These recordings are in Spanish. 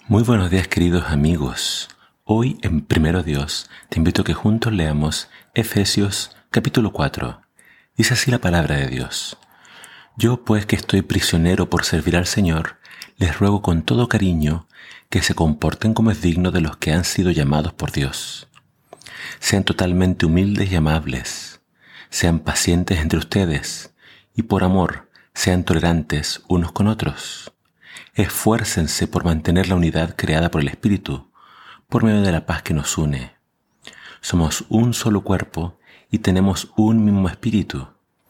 Muy buenos días, queridos amigos. Hoy en Primero Dios te invito a que juntos leamos Efesios capítulo 4. Dice así la palabra de Dios. Yo pues que estoy prisionero por servir al Señor, les ruego con todo cariño que se comporten como es digno de los que han sido llamados por Dios. Sean totalmente humildes y amables. Sean pacientes entre ustedes y por amor sean tolerantes unos con otros. Esfuércense por mantener la unidad creada por el Espíritu, por medio de la paz que nos une. Somos un solo cuerpo y tenemos un mismo espíritu.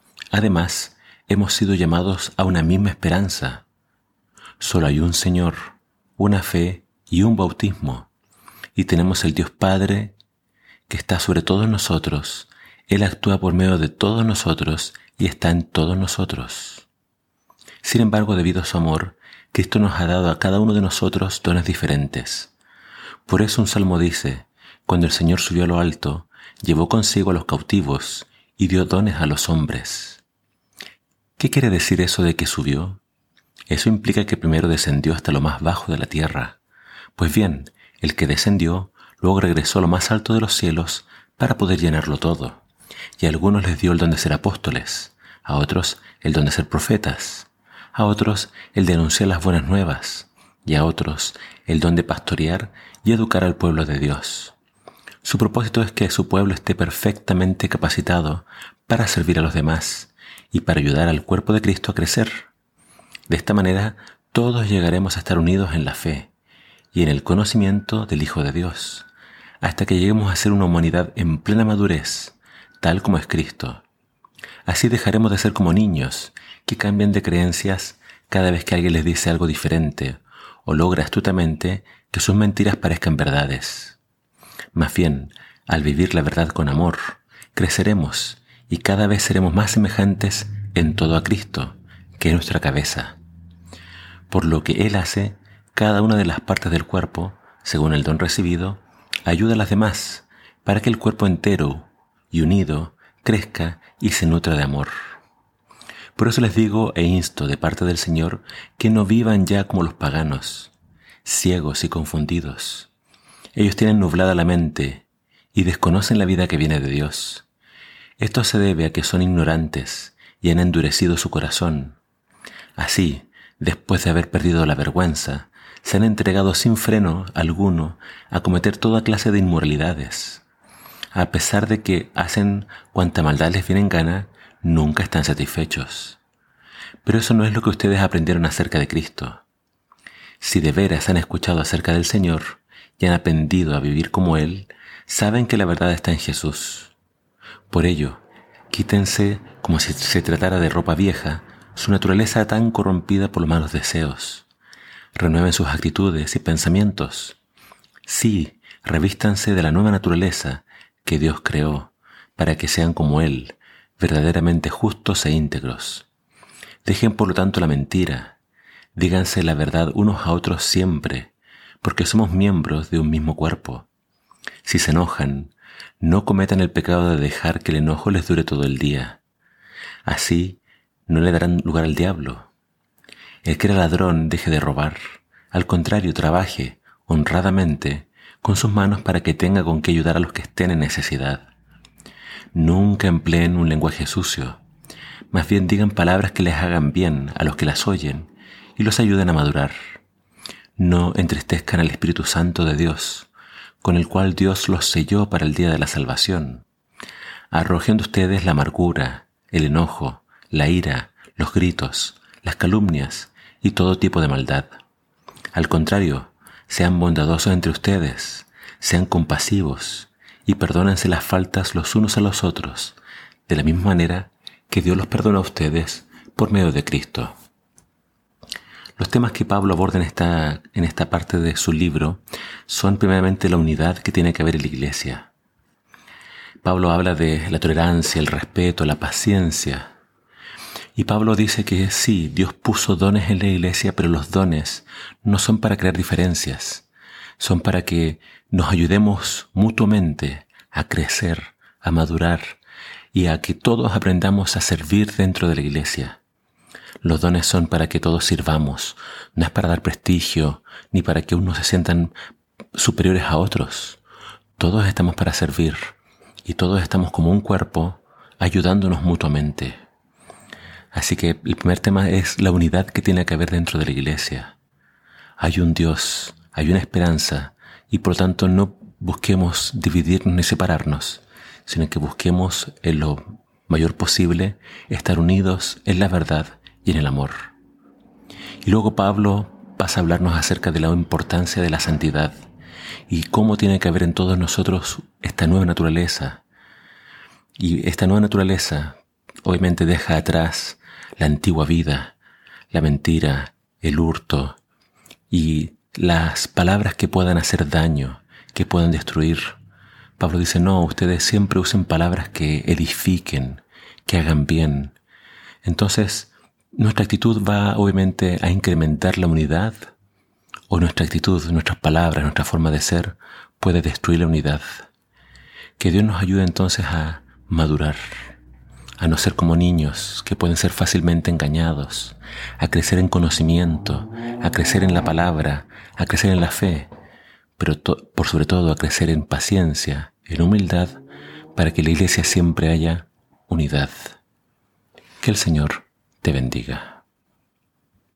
Además, hemos sido llamados a una misma esperanza. Solo hay un Señor, una fe y un bautismo. Y tenemos el Dios Padre que está sobre todos nosotros. Él actúa por medio de todos nosotros y está en todos nosotros. Sin embargo, debido a su amor, Cristo nos ha dado a cada uno de nosotros dones diferentes. Por eso un salmo dice, cuando el Señor subió a lo alto, llevó consigo a los cautivos y dio dones a los hombres. ¿Qué quiere decir eso de que subió? Eso implica que primero descendió hasta lo más bajo de la tierra. Pues bien, el que descendió, luego regresó a lo más alto de los cielos para poder llenarlo todo. Y a algunos les dio el don de ser apóstoles, a otros el don de ser profetas, a otros el de anunciar las buenas nuevas, y a otros el don de pastorear y educar al pueblo de Dios. Su propósito es que su pueblo esté perfectamente capacitado para servir a los demás y para ayudar al cuerpo de Cristo a crecer. De esta manera, todos llegaremos a estar unidos en la fe y en el conocimiento del Hijo de Dios, hasta que lleguemos a ser una humanidad en plena madurez, tal como es Cristo. Así dejaremos de ser como niños que cambian de creencias cada vez que alguien les dice algo diferente o logra astutamente que sus mentiras parezcan verdades. Más bien, al vivir la verdad con amor, creceremos y cada vez seremos más semejantes en todo a Cristo, que es nuestra cabeza. Por lo que Él hace, cada una de las partes del cuerpo, según el don recibido, ayuda a las demás para que el cuerpo entero y unido crezca y se nutra de amor. Por eso les digo e insto de parte del Señor que no vivan ya como los paganos, ciegos y confundidos. Ellos tienen nublada la mente y desconocen la vida que viene de Dios. Esto se debe a que son ignorantes y han endurecido su corazón. Así, después de haber perdido la vergüenza, se han entregado sin freno alguno a cometer toda clase de inmoralidades. A pesar de que hacen cuanta maldad les viene en gana, nunca están satisfechos. Pero eso no es lo que ustedes aprendieron acerca de Cristo. Si de veras han escuchado acerca del Señor y han aprendido a vivir como Él, saben que la verdad está en Jesús. Por ello, quítense como si se tratara de ropa vieja, su naturaleza tan corrompida por los malos deseos. Renueven sus actitudes y pensamientos. Sí, revístanse de la nueva naturaleza que Dios creó para que sean como Él, verdaderamente justos e íntegros. Dejen por lo tanto la mentira, díganse la verdad unos a otros siempre, porque somos miembros de un mismo cuerpo. Si se enojan, no cometan el pecado de dejar que el enojo les dure todo el día. Así no le darán lugar al diablo. El que era ladrón deje de robar, al contrario trabaje honradamente con sus manos para que tenga con qué ayudar a los que estén en necesidad. Nunca empleen un lenguaje sucio, más bien digan palabras que les hagan bien a los que las oyen y los ayuden a madurar. No entristezcan al Espíritu Santo de Dios, con el cual Dios los selló para el día de la salvación. Arrojen de ustedes la amargura, el enojo, la ira, los gritos, las calumnias y todo tipo de maldad. Al contrario, sean bondadosos entre ustedes, sean compasivos y perdónense las faltas los unos a los otros, de la misma manera que Dios los perdona a ustedes por medio de Cristo. Los temas que Pablo aborda en esta parte de su libro son primeramente la unidad que tiene que haber en la iglesia. Pablo habla de la tolerancia, el respeto, la paciencia. Y Pablo dice que sí, Dios puso dones en la iglesia, pero los dones no son para crear diferencias, son para que nos ayudemos mutuamente a crecer, a madurar y a que todos aprendamos a servir dentro de la iglesia. Los dones son para que todos sirvamos, no es para dar prestigio, ni para que unos se sientan superiores a otros. Todos estamos para servir y todos estamos como un cuerpo ayudándonos mutuamente. Así que el primer tema es la unidad que tiene que haber dentro de la iglesia. Hay un Dios, hay una esperanza y por lo tanto no busquemos dividirnos ni separarnos, sino que busquemos en lo mayor posible estar unidos en la verdad y en el amor. Y luego Pablo pasa a hablarnos acerca de la importancia de la santidad y cómo tiene que haber en todos nosotros esta nueva naturaleza. Y esta nueva naturaleza obviamente deja atrás la antigua vida, la mentira, el hurto y las palabras que puedan hacer daño, que puedan destruir. Pablo dice, no, ustedes siempre usen palabras que edifiquen, que hagan bien. Entonces, nuestra actitud va obviamente a incrementar la unidad, o nuestra actitud, nuestras palabras, nuestra forma de ser puede destruir la unidad. Que Dios nos ayude entonces a madurar, a no ser como niños que pueden ser fácilmente engañados, a crecer en conocimiento, a crecer en la palabra, a crecer en la fe, pero por sobre todo a crecer en paciencia, en humildad, para que en la iglesia siempre haya unidad. Que el Señor te bendiga.